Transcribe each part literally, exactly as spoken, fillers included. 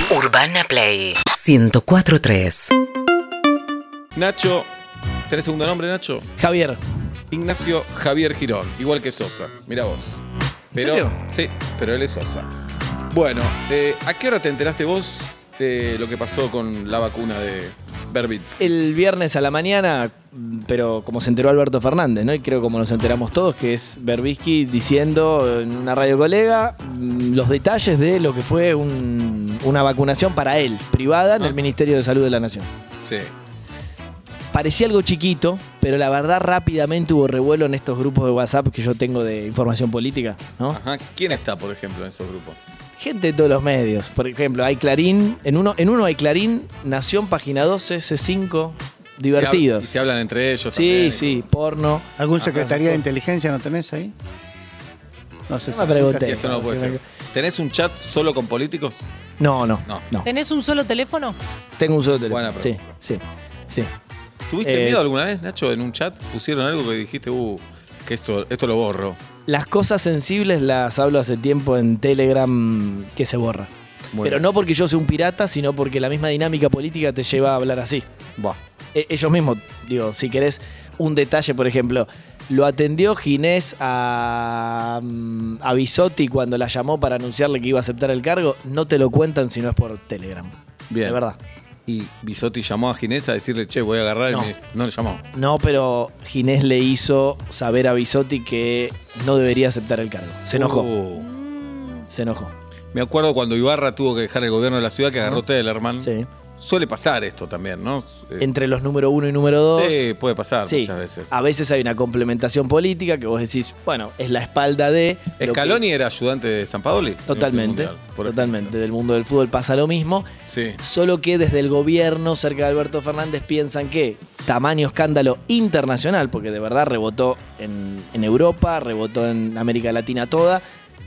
Urbana Play ciento cuatro punto tres. Nacho, ¿tenés segundo nombre, Nacho? Javier. Ignacio Javier Girón, igual que Sosa. Mirá vos. Pero, ¿En serio? Sí, pero él es Sosa. Bueno, eh, ¿a qué hora te enteraste vos de lo que pasó con la vacuna de Verbitz? El viernes a la mañana, pero como se enteró Alberto Fernández, ¿no? Y creo como nos enteramos todos, que es Berbisky diciendo en una radio colega los detalles de lo que fue un, una vacunación para él, privada, en Ah. el Ministerio de Salud de la Nación. Sí. Parecía algo chiquito, pero la verdad rápidamente hubo revuelo en estos grupos de WhatsApp que yo tengo de información política, ¿no? Ajá. ¿Quién está, por ejemplo, en esos grupos? Gente de todos los medios. Por ejemplo, hay Clarín, en uno, en uno hay Clarín, Nación, Página doce, C cinco, divertidos. Y se hablan entre ellos Sí, también. sí, porno. ¿Algún Ajá, secretaría de sí. inteligencia no tenés ahí? No sé No me pregunté. Sí, eso no puede ser. ¿Tenés un chat solo con políticos? No, no, No. no. ¿Tenés un solo teléfono? Tengo un solo teléfono. Buena Sí, pregunta. sí, sí. ¿Tuviste Eh, miedo alguna vez, Nacho, en un chat? ¿Pusieron algo que dijiste, uh, que esto, esto lo borro? Las cosas sensibles las hablo hace tiempo en Telegram que se borra. Muy Pero bien. no porque yo sea un pirata, sino porque la misma dinámica política te lleva a hablar así. Buah. E- ellos mismos, digo, si querés un detalle, por ejemplo, lo atendió Ginés a, mm, a Bisotti cuando la llamó para anunciarle que iba a aceptar el cargo, no te lo cuentan si no es por Telegram. Bien. De verdad. Y Bisotti llamó a Ginés a decirle, che, voy a agarrar. No. Y me- no le llamó. No, pero Ginés le hizo saber a Bisotti que no debería aceptar el cargo. Se enojó, Uh. se enojó. Me acuerdo cuando Ibarra tuvo que dejar el gobierno de la ciudad, que agarró Tellerman. Sí. Suele pasar esto también, ¿no? Eh, Entre los número uno y número dos. sí, puede pasar Sí, muchas veces. a veces hay una complementación política que vos decís, bueno, es la espalda de... lo que- ¿Scaloni era ayudante de San Paoli? Totalmente, En el Mundial, por totalmente. ejemplo. Del mundo del fútbol pasa lo mismo. Sí. Solo que desde el gobierno, cerca de Alberto Fernández, piensan que tamaño escándalo internacional, porque de verdad rebotó en, en Europa, rebotó en América Latina toda,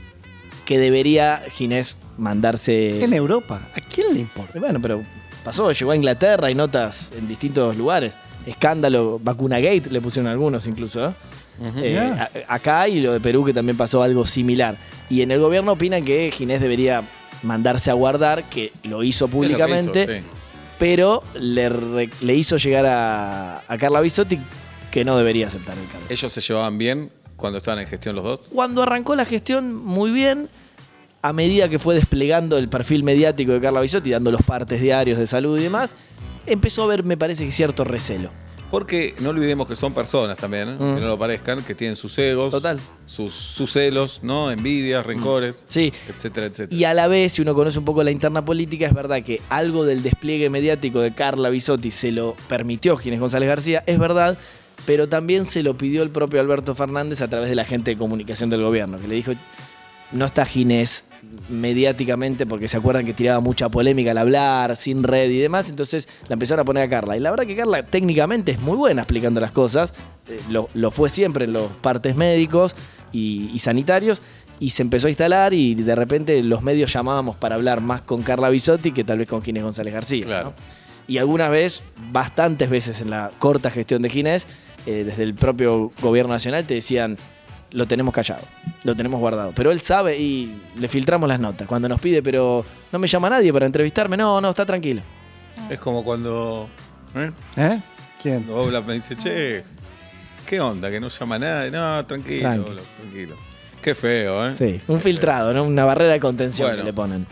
que debería Ginés mandarse... En Europa. ¿A quién le importa? Bueno, pero pasó, llegó a Inglaterra, hay notas en distintos lugares. Escándalo, vacuna gate, le pusieron algunos incluso, ¿eh? Ujú. Eh, Mirá. a- acá y lo de Perú, que también pasó algo similar. Y en el gobierno opinan que Ginés debería mandarse a guardar, que lo hizo Es lo que públicamente, hizo, sí. pero le, re- le hizo llegar a, a Carla Bisotti que no debería aceptar el cargo. ¿Ellos se llevaban bien cuando estaban en gestión los dos? Cuando arrancó la gestión, muy bien. A medida que fue desplegando el perfil mediático de Carla Bisotti, dando los partes diarios de salud y demás, empezó a haber, me parece, que cierto recelo. Porque no olvidemos que son personas también, ¿eh? Mm. Que no lo parezcan, que tienen sus egos, Total. sus, sus celos, ¿no? Envidias, rencores, Sí. etcétera, etcétera. Y a la vez, si uno conoce un poco la interna política, es verdad que algo del despliegue mediático de Carla Bisotti se lo permitió Ginés González García, es verdad, pero también se lo pidió el propio Alberto Fernández a través de la gente de comunicación del gobierno, que le dijo, no está Ginés mediáticamente, porque se acuerdan que tiraba mucha polémica al hablar, sin red y demás, entonces la empezaron a poner a Carla. Y la verdad que Carla técnicamente es muy buena explicando las cosas, eh, lo, lo fue siempre en los partes médicos y, y sanitarios, y se empezó a instalar y de repente los medios llamábamos para hablar más con Carla Bisotti que tal vez con Ginés González García. Claro. ¿no? Y algunas veces, bastantes veces en la corta gestión de Ginés, eh, desde el propio gobierno nacional te decían, lo tenemos callado, lo tenemos guardado. Pero él sabe y le filtramos las notas. Cuando nos pide, pero no me llama nadie para entrevistarme, no, no, está tranquilo. Es como cuando, ¿eh? ¿Eh? ¿Quién? Cuando Obla me dice, che, ¿qué onda? Que no llama a nadie. No, tranquilo, Tranqui. Obla, tranquilo. Qué feo, ¿eh? Sí, un filtrado, ¿no? Una barrera de contención Bueno, que le ponen.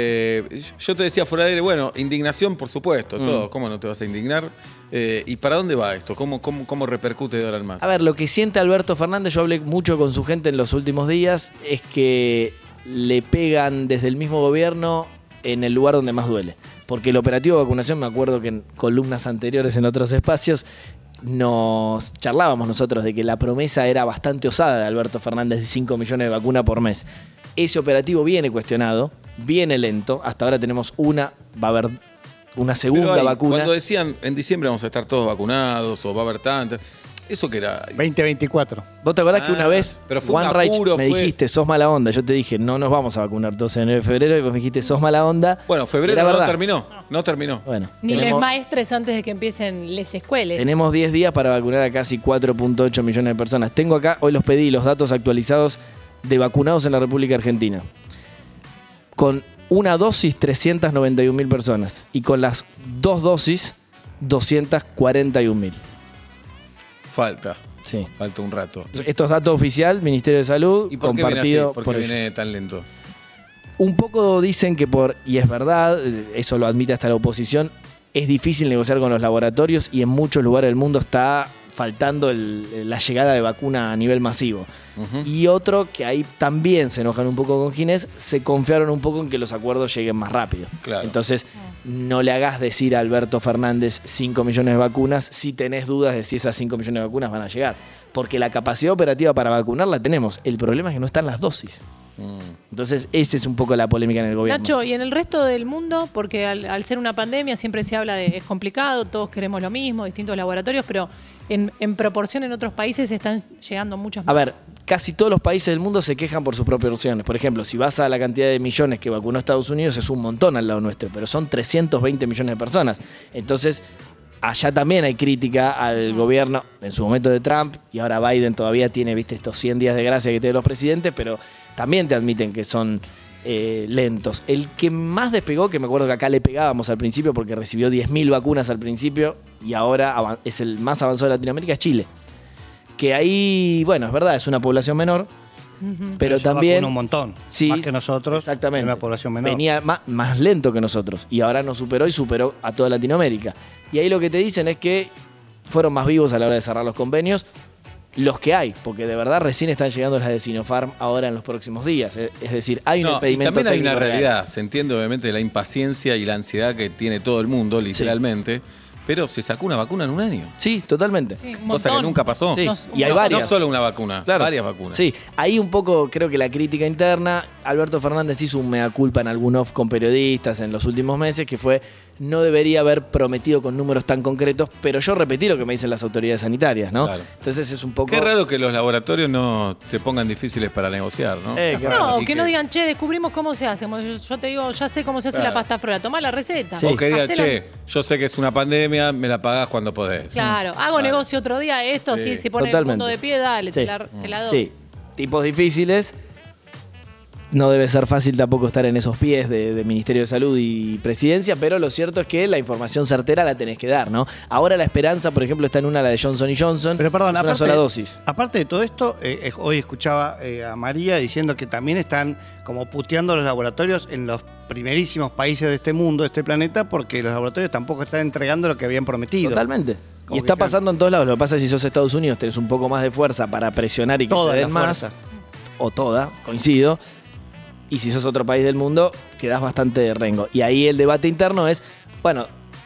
eh, yo te decía fuera de aire, bueno, indignación, por supuesto, Mm. todo. ¿Cómo no te vas a indignar? Eh, ¿Y para dónde va esto? ¿Cómo, cómo, cómo repercute de ahora en más? A ver, lo que siente Alberto Fernández, yo hablé mucho con su gente en los últimos días, es que le pegan desde el mismo gobierno en el lugar donde más duele. Porque el operativo de vacunación, me acuerdo que en columnas anteriores en otros espacios, nos charlábamos nosotros de que la promesa era bastante osada de Alberto Fernández de cinco millones de vacunas por mes. Ese operativo viene cuestionado, viene lento, hasta ahora tenemos una, va a haber una segunda Pero ahí, vacuna. Cuando decían en diciembre vamos a estar todos vacunados o va a haber tantas, ¿eso qué era? veinte veinticuatro. ¿Vos te acordás Ah, que una vez, pero fue un Juan Reich, apuro, me fue- dijiste, sos mala onda? Yo te dije, no nos vamos a vacunar todos en enero y febrero, y vos me dijiste, sos mala onda. Bueno, febrero Era no verdad. terminó, no terminó. Bueno, Ni les tenemos, maestres antes de que empiecen les escuelas. tenemos diez días para vacunar a casi cuatro punto ocho millones de personas. Tengo acá, hoy los pedí, los datos actualizados de vacunados en la República Argentina. Con una dosis trescientas noventa y un mil personas y con las dos dosis doscientas cuarenta y un mil. Falta. Sí. Falta un rato. Estos datos oficial, Ministerio de Salud, ¿Y por qué compartido viene así? ¿Por qué por viene ellos. tan lento? Un poco dicen que por, y es verdad, eso lo admite hasta la oposición, es difícil negociar con los laboratorios y en muchos lugares del mundo está faltando el- la llegada de vacuna a nivel masivo. Ujú. Y otro que ahí también se enojan un poco con Ginés, se confiaron un poco en que los acuerdos lleguen más rápido. Claro. Entonces, no le hagas decir a Alberto Fernández cinco millones de vacunas si tenés dudas de si esas cinco millones de vacunas van a llegar. Porque la capacidad operativa para vacunar la tenemos. El problema es que no están las dosis. Mm. Entonces, esa es un poco la polémica en el gobierno. Nacho, y en el resto del mundo, porque al, al ser una pandemia siempre se habla de es complicado, todos queremos lo mismo, distintos laboratorios, pero en, en proporción en otros países están llegando muchas más. A ver, casi todos los países del mundo se quejan por sus proporciones. Por ejemplo, si vas a la cantidad de millones que vacunó Estados Unidos, es un montón al lado nuestro, pero son trescientos veinte millones de personas. Entonces, allá también hay crítica al gobierno, en su momento de Trump, y ahora Biden todavía tiene, viste, estos cien días de gracia que tienen los presidentes, pero también te admiten que son eh, lentos. El que más despegó, que me acuerdo que acá le pegábamos al principio porque recibió diez mil vacunas al principio y ahora avan- es el más avanzado de Latinoamérica, es Chile. Que ahí, bueno, es verdad, es una población menor, Ujú. pero se también... vacuna un montón. Sí, más que nosotros. exactamente. En una población menor. Venía más, más lento que nosotros y ahora nos superó y superó a toda Latinoamérica. Y ahí lo que te dicen es que fueron más vivos a la hora de cerrar los convenios, los que hay, porque de verdad recién están llegando las de Sinopharm ahora en los próximos días. Es es decir, hay un No, y impedimento también hay una técnico real. realidad. Se entiende obviamente la impaciencia y la ansiedad que tiene todo el mundo, literalmente. Pero se sacó una vacuna en un año. Sí, totalmente. Sí, un Cosa que montón. nunca pasó. Sí, Nos- y hay no, varias. No solo una vacuna, Claro. varias vacunas. Sí, ahí un poco creo que la crítica interna, Alberto Fernández hizo un mea culpa en algún off con periodistas en los últimos meses, que fue, no debería haber prometido con números tan concretos, pero yo repetí lo que me dicen las autoridades sanitarias, ¿no? Claro. Entonces es un poco... Qué raro que los laboratorios no se pongan difíciles para negociar, ¿no? Eh, qué No, Y que no digan, che, descubrimos cómo se hace. Como Yo, yo te digo, ya sé cómo se hace Claro. la pasta frola. Tomá la receta. Sí. O que digan, Hacela- che, yo sé que es una pandemia, me la pagás cuando podés. Claro, hago Claro. negocio otro día, esto, Sí. sí, se pone Totalmente. el mundo de pie, dale, te Sí. la, te la doy. Sí, tipos difíciles. No debe ser fácil tampoco estar en esos pies de, de Ministerio de Salud y Presidencia, pero lo cierto es que la información certera la tenés que dar, ¿no? Ahora la esperanza, por ejemplo, está en una, la de Johnson y Johnson. Pero perdón, es una aparte, sola dosis. aparte de todo esto, eh, eh, hoy escuchaba eh, a María diciendo que también están como puteando los laboratorios en los primerísimos países de este mundo, de este planeta, porque los laboratorios tampoco están entregando lo que habían prometido. Totalmente. Como Y está que- pasando en todos lados. Lo que pasa es que si sos Estados Unidos tenés un poco más de fuerza para presionar y que Toda te la den más. fuerza. O toda, coincido. Y si sos otro país del mundo, quedás bastante de rengo. Y ahí el debate interno es, bueno,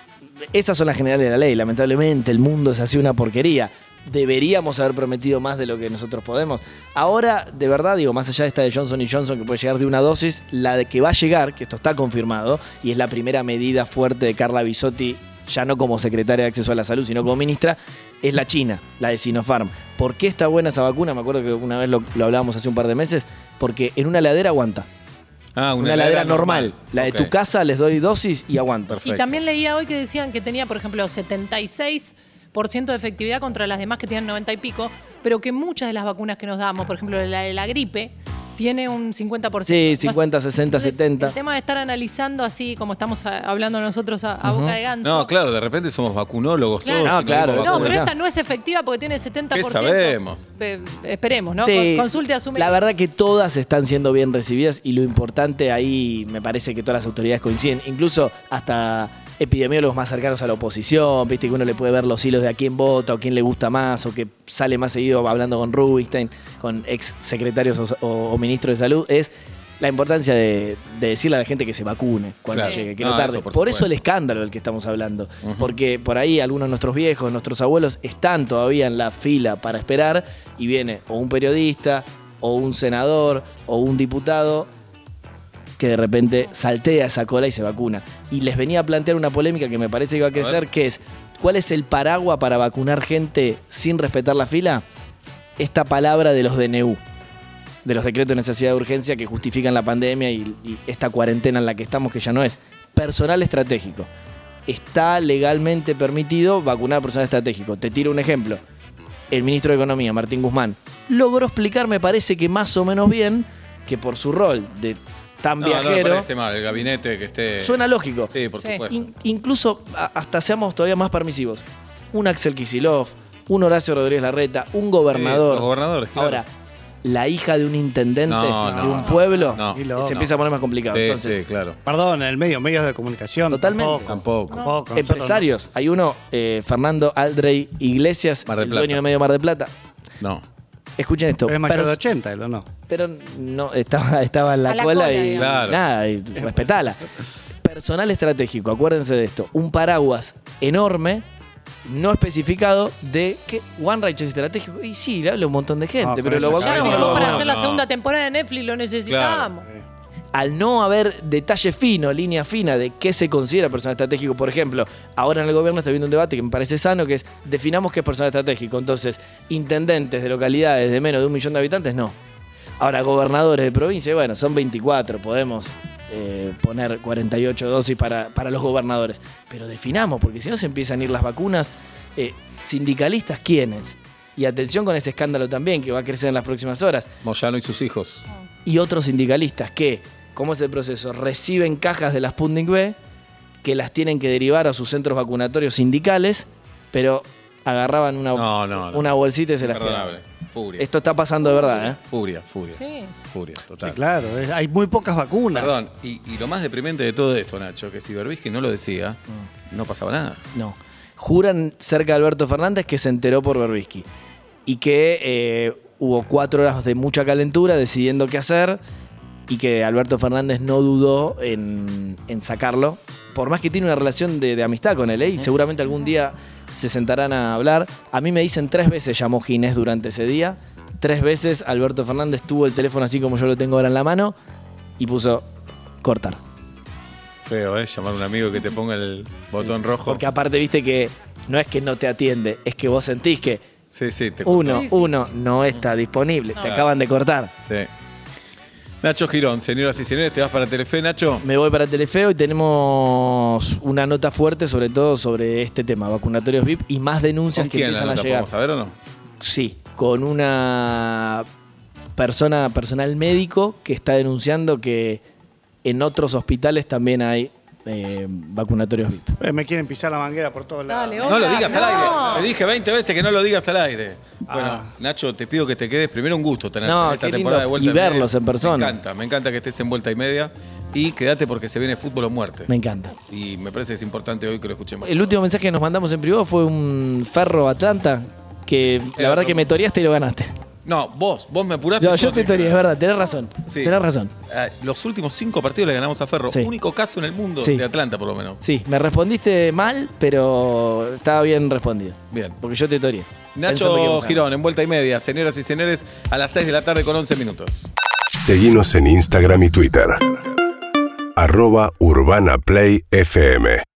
esas son las generales de la ley. Lamentablemente el mundo es así una porquería. Deberíamos haber prometido más de lo que nosotros podemos. Ahora, de verdad, digo, más allá de esta de Johnson y Johnson que puede llegar de una dosis, la de que va a llegar, que esto está confirmado, y es la primera medida fuerte de Carla Bisotti, ya no como secretaria de Acceso a la Salud, sino como ministra, es la China, la de Sinopharm. ¿Por qué está buena esa vacuna? Me acuerdo que una vez lo, lo hablábamos hace un par de meses, porque en una heladera aguanta. Ah, Una, heladera normal. La de Ok. tu casa les doy dosis y aguanta. Perfecto. Y también leía hoy que decían que tenía, por ejemplo, setenta y seis por ciento de efectividad contra las demás que tienen noventa y pico, pero que muchas de las vacunas que nos damos, por ejemplo, la de la gripe, tiene un cincuenta por ciento. Sí, cincuenta, sesenta, Entonces, setenta. El tema de estar analizando así como estamos a- hablando nosotros a, a boca de ganso. No, claro, de repente somos vacunólogos Claro. todos. No, y claro, digo, eso No, es pero verdad. esta no es efectiva porque tiene setenta por ciento. ¿Qué sabemos? Ve- esperemos, ¿no? Sí, Con- Consulte a su la médico. verdad que todas están siendo bien recibidas y lo importante ahí me parece que todas las autoridades coinciden, incluso hasta epidemiólogos más cercanos a la oposición, viste que uno le puede ver los hilos de a quién vota o quién le gusta más o que sale más seguido hablando con Rubinstein, con ex secretarios o, o- o ministros de salud, es la importancia de, de decirle a la gente que se vacune cuando Claro. llegue, que No, no, tarde. eso por por eso supuesto. el escándalo del que estamos hablando, porque por ahí algunos de nuestros viejos, nuestros abuelos están todavía en la fila para esperar y viene o un periodista o un senador o un diputado que de repente saltea esa cola y se vacuna. Y les venía a plantear una polémica que me parece que va a crecer, ver. que es, ¿cuál es el paraguas para vacunar gente sin respetar la fila? Esta palabra de los D N U, de los decretos de necesidad de urgencia que justifican la pandemia y, y esta cuarentena en la que estamos, que ya no es. Personal estratégico. Está legalmente permitido vacunar a personal estratégico. Te tiro un ejemplo. El ministro de Economía, Martín Guzmán, logró explicar, me parece que más o menos bien, que por su rol de tan No, no me viajero. parece mal, el gabinete que esté... Suena lógico. Sí, por Sí. supuesto. In- incluso a- hasta seamos todavía más permisivos. Un Axel Kicillof, un Horacio Rodríguez Larreta, un gobernador. Sí, los gobernadores, claro. Ahora, la hija de un intendente No, de no, un no, pueblo no. Y lo- se empieza a poner más complicado. Sí, Entonces, sí, claro. Perdón, en el medio, medios de comunicación. Totalmente. Tampoco. tampoco, nosotros empresarios. Hay uno, eh, Fernando Aldrey Iglesias, Mar del el Plata. dueño de Medio Mar del Plata. No. Escuchen esto. no. Pero es mayor Pers- de ochenta, él, ¿o no? Pero no, estaba, estaba en la, A la cola, cola, y digamos. Claro. nada, y respetala. Personal estratégico, acuérdense de esto. Un paraguas enorme, no especificado, de que OneRight es estratégico. Y sí, le habla un montón de gente, No, pero pero lo eso Ya ya lo vacunamos o no lo tenemos para no, hacer vacunamos. la no. segunda temporada de Netflix, lo necesitamos. Al no haber detalle fino, línea fina de qué se considera personal estratégico, por ejemplo, ahora en el gobierno está habiendo un debate que me parece sano, que es definamos qué es personal estratégico. Entonces, intendentes de localidades de menos de un millón de habitantes, no. Ahora, gobernadores de provincia, bueno, son veinticuatro, podemos eh, poner cuarenta y ocho dosis para, para los gobernadores. Pero definamos, porque si no se empiezan a ir las vacunas, eh, sindicalistas, ¿quiénes? Y atención con ese escándalo también, que va a crecer en las próximas horas. Moyano y sus hijos. Y otros sindicalistas que, ¿cómo es el proceso? Reciben cajas de la Sputnik V, que las tienen que derivar a sus centros vacunatorios sindicales, pero agarraban una, No, no, no. una bolsita y se las Imperdonable. quedaban. Furia. Esto está pasando de verdad, ¿eh? Furia, furia. Sí. Furia, total. Sí, claro, es- hay muy pocas vacunas. Perdón, y, y lo más deprimente de todo esto, Nacho, que si Berbisky no lo decía, no pasaba nada. No. Juran cerca de Alberto Fernández que se enteró por Berbisky. Y que eh, hubo cuatro horas de mucha calentura decidiendo qué hacer. Y que Alberto Fernández no dudó en, en sacarlo. Por más que tiene una relación de, de amistad con él, ¿eh? Y seguramente algún día se sentarán a hablar. A mí me dicen tres veces llamó Ginés durante ese día. Tres veces Alberto Fernández tuvo el teléfono así como yo lo tengo ahora en la mano. Y puso cortar. Feo, ¿eh? Llamar a un amigo que te ponga el botón rojo. Porque aparte viste que no es que no te atiende, es que vos sentís que Sí, sí, te uno, Sí, sí, uno no está disponible. Te No. acaban de cortar. Sí. Nacho Girón, señoras y señores, ¿te vas para Telefe, Nacho? Me voy para Telefeo y tenemos una nota fuerte sobre todo sobre este tema, vacunatorios V I P y más denuncias ¿Con que quién la empiezan a nota? llegar. ¿Podemos saber o no? Sí, con una persona, personal médico que está denunciando que en otros hospitales también hay eh, vacunatorios V I P. Eh, me quieren pisar la manguera por todos lados. Dale, No Hola, lo digas al no. aire. Te dije veinte veces que no lo digas al aire. Bueno, Ah. Nacho, te pido que te quedes. Primero un gusto tener No, esta qué lindo. temporada de vuelta Y y media. verlos en persona. Me encanta, me encanta que estés en vuelta y media. Y quédate porque se viene fútbol o muerte. Me encanta. Y me parece que es importante hoy que lo escuchemos. El último mensaje que nos mandamos en privado fue un Ferro Atlanta que la Era verdad otro- que me toreaste y lo ganaste. No, vos, vos me apuraste. No, yo te te toreé, es verdad, tenés razón. Sí. Tenés razón. Eh, los últimos cinco partidos le ganamos a Ferro. Sí. Único caso en el mundo Sí. de Atlanta, por lo menos. Sí, me respondiste mal, pero estaba bien respondido. Bien. Porque yo te toreé. Pensando que Nacho íbamos a Girón, en vuelta y media. Señoras y señores, a las seis de la tarde con once minutos. Seguinos en Instagram y Twitter. Arroba Urbana Play F M.